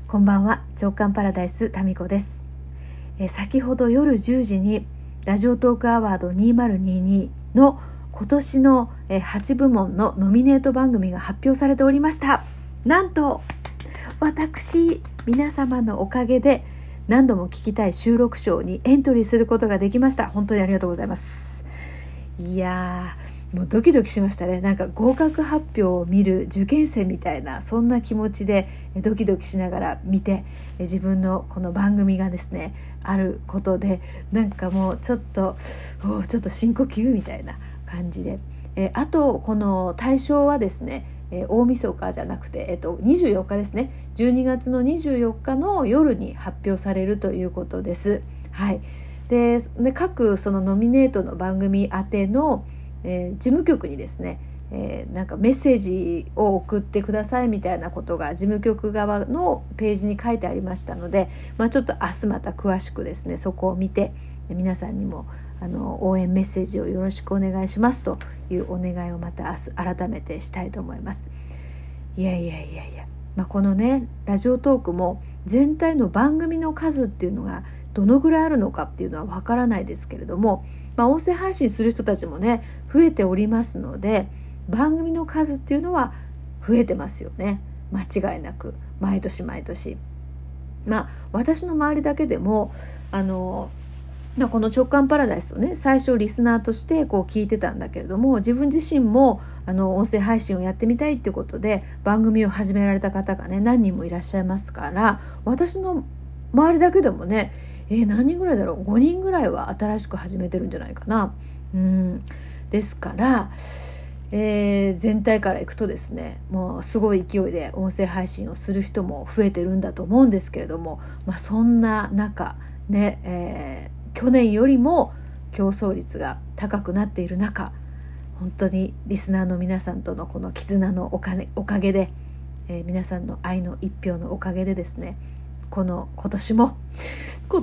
こんばんは。直感パラダイスタミコです。先ほど夜10時にラジオトークアワード2022の今年の8部門のノミネート番組が発表されておりました。なんと私皆様のおかげで何度も聞きたい収録賞にエントリーすることができました。本当にありがとうございます。いやー、もうドキドキしましたね。なんか合格発表を見る受験生みたいな、そんな気持ちでドキドキしながら見て、自分のこの番組がですねあることで、なんかもうちょっと深呼吸みたいな感じで、あとこの対象はですね、大晦日じゃなくて、24日ですね。12月の24日の夜に発表されるということです。はい。で各そのノミネートの番組宛ての、事務局にですね、なんかメッセージを送ってくださいみたいなことが事務局側のページに書いてありましたので、ちょっと明日また詳しくですねそこを見て、皆さんにも応援メッセージをよろしくお願いしますというお願いをまた明日改めてしたいと思います。いや、このねラジオトークも全体の番組の数っていうのがどのぐらいあるのかっていうのはわからないですけれども、音声配信する人たちもね増えておりますので、番組の数っていうのは増えてますよね。間違いなく毎年私の周りだけでもこの直感パラダイスをね最初リスナーとしてこう聞いてたんだけれども、自分自身も音声配信をやってみたいっていうことで番組を始められた方がね何人もいらっしゃいますから、私の周りだけでもね何人ぐらいだろう、5人ぐらいは新しく始めてるんじゃないかな。ですから、全体からいくとですね、もうすごい勢いで音声配信をする人も増えてるんだと思うんですけれども、そんな中ね、去年よりも競争率が高くなっている中、本当にリスナーの皆さんとのこの絆のおかげで、皆さんの愛の一票のおかげでですね、今年も今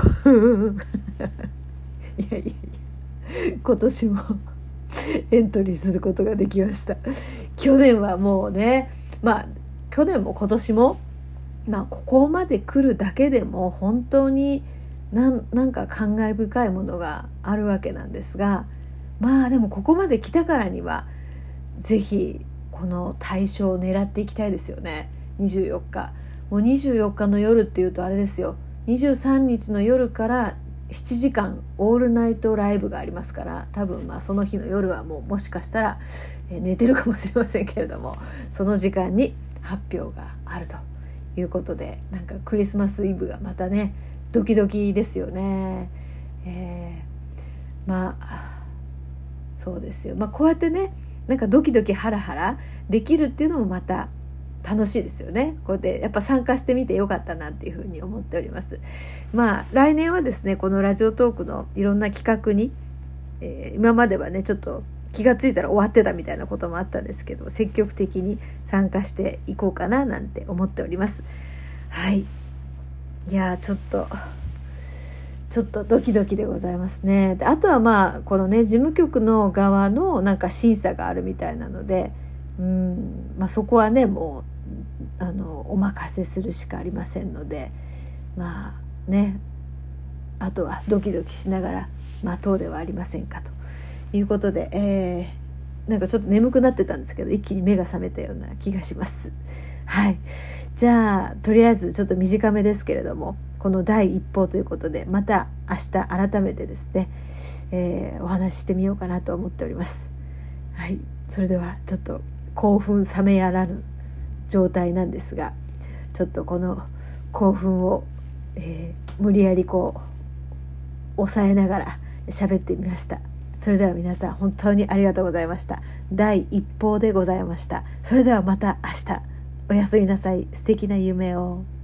年もエントリーすることができました。去年はもうね、去年も今年もここまで来るだけでも本当になんか感慨深いものがあるわけなんですが、でもここまで来たからにはぜひこの対象を狙っていきたいですよね。24日もう24日の夜っていうとあれですよ、23日の夜から7時間オールナイトライブがありますから、多分その日の夜はもしかしたら寝てるかもしれませんけれども、その時間に発表があるということで、なんかクリスマスイブがまたねドキドキですよね。そうですよ。こうやってねなんかドキドキハラハラできるっていうのもまた楽しいですよね。こうやってやっぱ参加してみてよかったなっていうふうに思っております。来年はですねこのラジオトークのいろんな企画に、今まではねちょっと気がついたら終わってたみたいなこともあったんですけど、積極的に参加していこうかななんて思っております。はい。いやちょっとドキドキでございますね。であとはこのね事務局の側のなんか審査があるみたいなので、そこはねもうお任せするしかありませんので、あとはドキドキしながら待とうではありませんかということで、なんかちょっと眠くなってたんですけど一気に目が覚めたような気がします。はい。じゃあとりあえずちょっと短めですけれども、この第一報ということでまた明日改めてですね、お話ししてみようかなと思っております。はい。それではちょっと興奮冷めやらぬ状態なんですが、ちょっとこの興奮を、無理やり抑えながら喋ってみました。それでは皆さん本当にありがとうございました。第一報でございました。それではまた明日、おやすみなさい。素敵な夢を。